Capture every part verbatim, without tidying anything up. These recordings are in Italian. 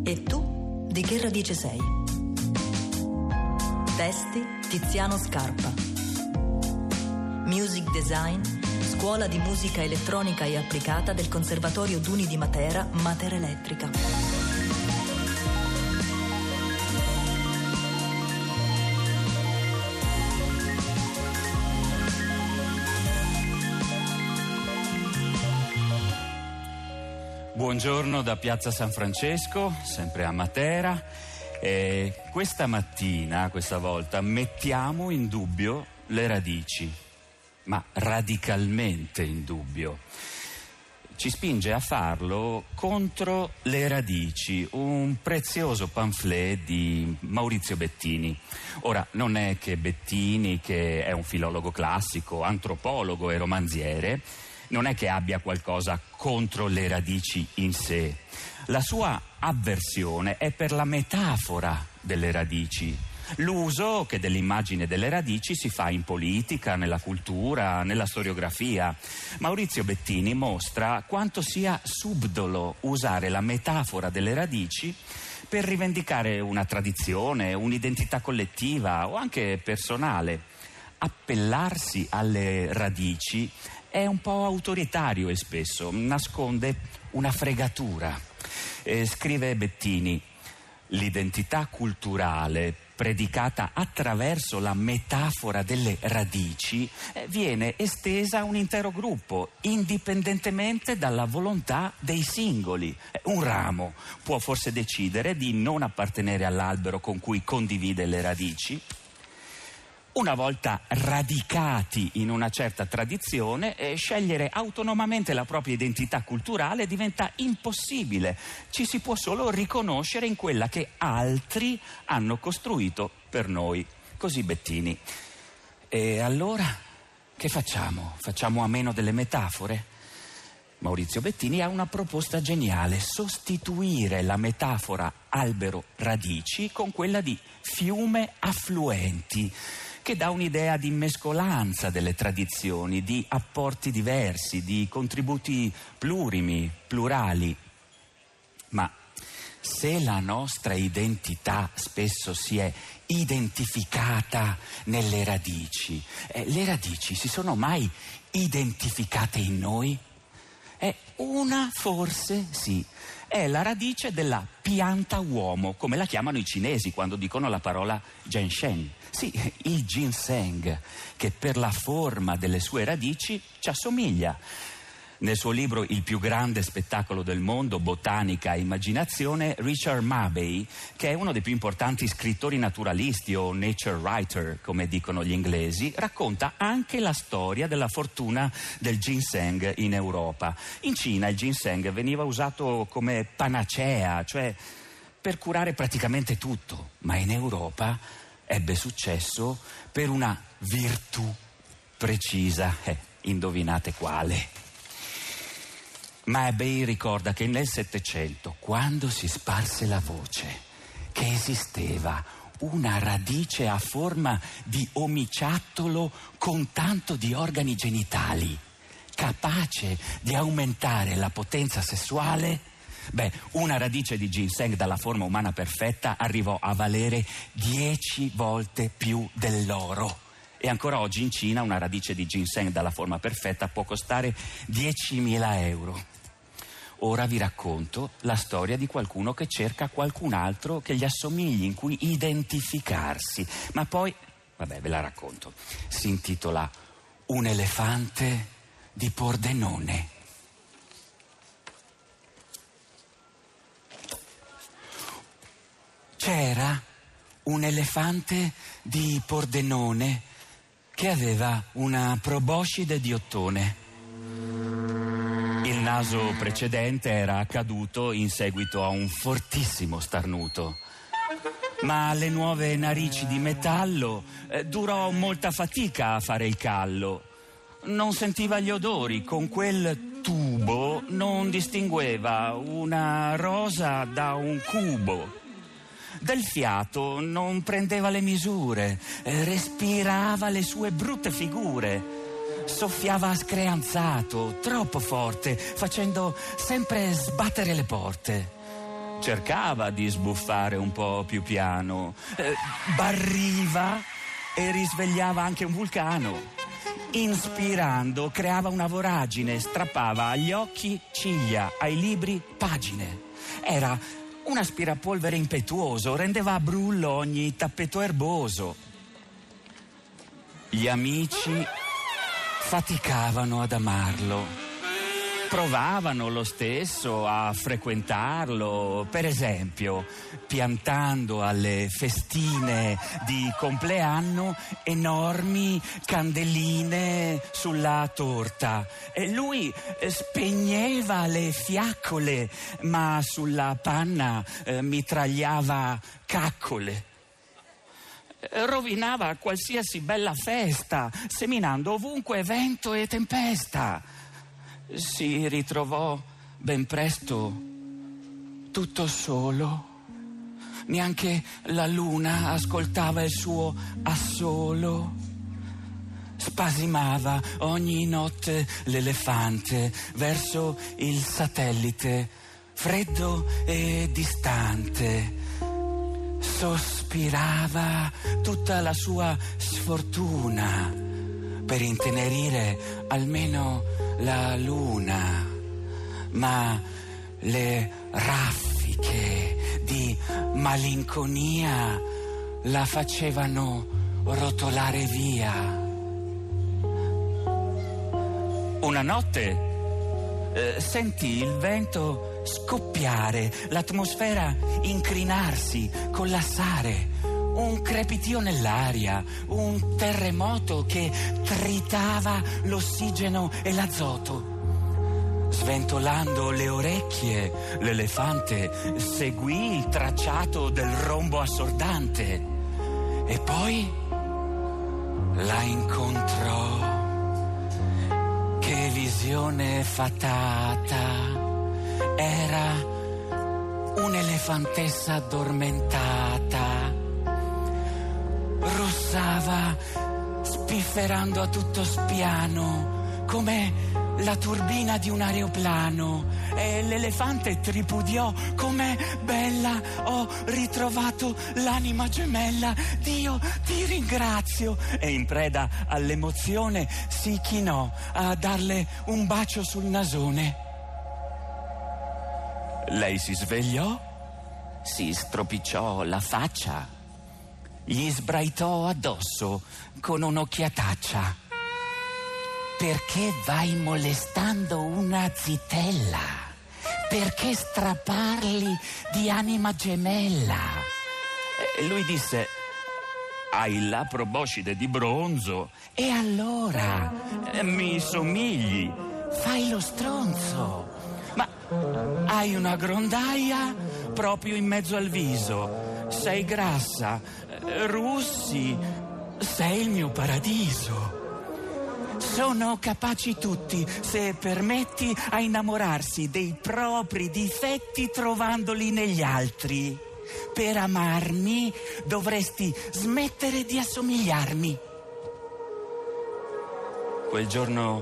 E tu di che radice sei? Testi Tiziano Scarpa. Music Design, Scuola di Musica Elettronica e Applicata del Conservatorio d'Uni di Matera, Matera Elettrica. Buongiorno da Piazza San Francesco, sempre a Matera. E questa mattina, questa volta, mettiamo in dubbio le radici, ma radicalmente in dubbio. Ci spinge a farlo Contro le radici, un prezioso pamphlet di Maurizio Bettini. Ora, non è che Bettini, che è un filologo classico, antropologo e romanziere, non è che abbia qualcosa contro le radici in sé. La sua avversione è per la metafora delle radici, l'uso che dell'immagine delle radici si fa in politica, nella cultura, nella storiografia. Maurizio Bettini mostra quanto sia subdolo usare la metafora delle radici per rivendicare una tradizione, un'identità collettiva o anche personale. Appellarsi alle radici è un po' autoritario e spesso nasconde una fregatura. Eh, scrive Bettini: l'identità culturale predicata attraverso la metafora delle radici eh, viene estesa a un intero gruppo, indipendentemente dalla volontà dei singoli. Eh, un ramo può forse decidere di non appartenere all'albero con cui condivide le radici. Una volta radicati in una certa tradizione, eh, scegliere autonomamente la propria identità culturale diventa impossibile. Ci si può solo riconoscere in quella che altri hanno costruito per noi. Così Bettini. E allora che facciamo? Facciamo a meno delle metafore? Maurizio Bettini ha una proposta geniale: sostituire la metafora albero-radici con quella di fiume-affluenti, che dà un'idea di mescolanza delle tradizioni, di apporti diversi, di contributi plurimi, plurali. Ma se la nostra identità spesso si è identificata nelle radici, eh, le radici si sono mai identificate in noi? Eh, una forse sì. È la radice della pianta uomo, come la chiamano i cinesi quando dicono la parola Genshen. Sì, il ginseng, che per la forma delle sue radici ci assomiglia. Nel suo libro Il più grande spettacolo del mondo, botanica e immaginazione, Richard Mabey, che è uno dei più importanti scrittori naturalisti o nature writer, come dicono gli inglesi, racconta anche la storia della fortuna del ginseng in Europa. In Cina il ginseng veniva usato come panacea, cioè per curare praticamente tutto, ma in Europa ebbe successo per una virtù precisa. Eh, indovinate quale? Mabey ricorda che nel Settecento, quando si sparse la voce che esisteva una radice a forma di omiciattolo con tanto di organi genitali, capace di aumentare la potenza sessuale, beh, una radice di ginseng dalla forma umana perfetta arrivò a valere dieci volte più dell'oro. E ancora oggi in Cina una radice di ginseng dalla forma perfetta può costare diecimila euro. Ora vi racconto la storia di qualcuno che cerca qualcun altro che gli assomigli, in cui identificarsi. Ma poi, vabbè, ve la racconto. Si intitola Un elefante di Pordenone. C'era un elefante di Pordenone che aveva una proboscide di ottone. Il naso precedente era caduto in seguito a un fortissimo starnuto, ma alle nuove narici di metallo eh, durò molta fatica a fare il callo. Non sentiva gli odori, con quel tubo non distingueva una rosa da un cubo. Del fiato non prendeva le misure, eh, respirava le sue brutte figure. Soffiava screanzato, troppo forte, facendo sempre sbattere le porte. cercava di sbuffare un po' più piano, eh, barriva e risvegliava anche un vulcano. Inspirando creava una voragine, strappava agli occhi ciglia, ai libri pagine. Era un aspirapolvere impetuoso, rendeva a brullo ogni tappeto erboso. Gli amici faticavano ad amarlo. Provavano lo stesso a frequentarlo, per esempio, piantando alle festine di compleanno enormi candeline sulla torta. E lui spegneva le fiaccole, ma sulla panna eh, mitragliava caccole. Rovinava qualsiasi bella festa, seminando ovunque vento e tempesta. Si ritrovò ben presto tutto solo. Neanche la luna ascoltava il suo assolo. Spasimava ogni notte l'elefante verso il satellite, freddo e distante. Sospirava tutta la sua sfortuna per intenerire almeno la luna, ma le raffiche di malinconia la facevano rotolare via. Una notte eh, sentì il vento scoppiare, l'atmosfera incrinarsi, collassare. Un crepitio nell'aria, un terremoto che tritava l'ossigeno e l'azoto. Sventolando le orecchie, l'elefante seguì il tracciato del rombo assordante e poi la incontrò. Che visione fatata! Era un'elefantessa addormentata. Russava spifferando a tutto spiano come la turbina di un aeroplano e l'elefante tripudiò: com'è bella, ho ritrovato l'anima gemella, Dio ti ringrazio. E in preda all'emozione si chinò a darle un bacio sul nasone. Lei si svegliò, si stropicciò la faccia, gli sbraitò addosso con un'occhiataccia. Perché vai molestando una zitella? Perché strapparli di anima gemella? E lui disse: hai la proboscide di bronzo. E allora? Mi somigli. Fai lo stronzo. Ma hai una grondaia proprio in mezzo al viso. Sei grassa, russi, sei il mio paradiso. Sono capaci tutti, se permetti, a innamorarsi dei propri difetti trovandoli negli altri. Per amarmi dovresti smettere di assomigliarmi. Quel giorno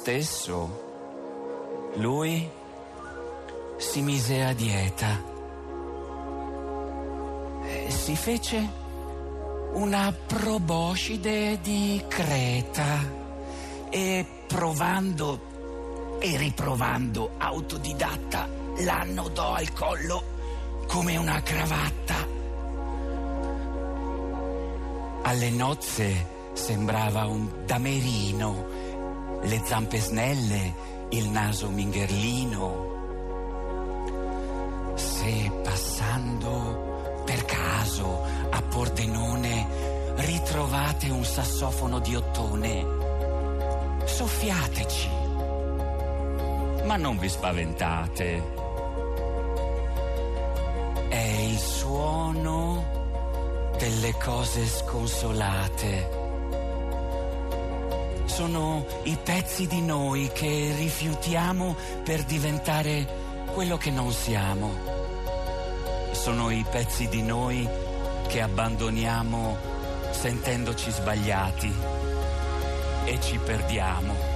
stesso lui si mise a dieta. Si fece una proboscide di Creta. E provando e riprovando, autodidatta, l'annodò al collo come una cravatta. Alle nozze sembrava un damerino, le zampe snelle, il naso mingherlino. Se passando per caso a Pordenone ritrovate un sassofono di ottone, soffiateci, ma non vi spaventate. È il suono delle cose sconsolate. Sono i pezzi di noi che rifiutiamo per diventare quello che non siamo. Sono i pezzi di noi che abbandoniamo sentendoci sbagliati. E ci perdiamo.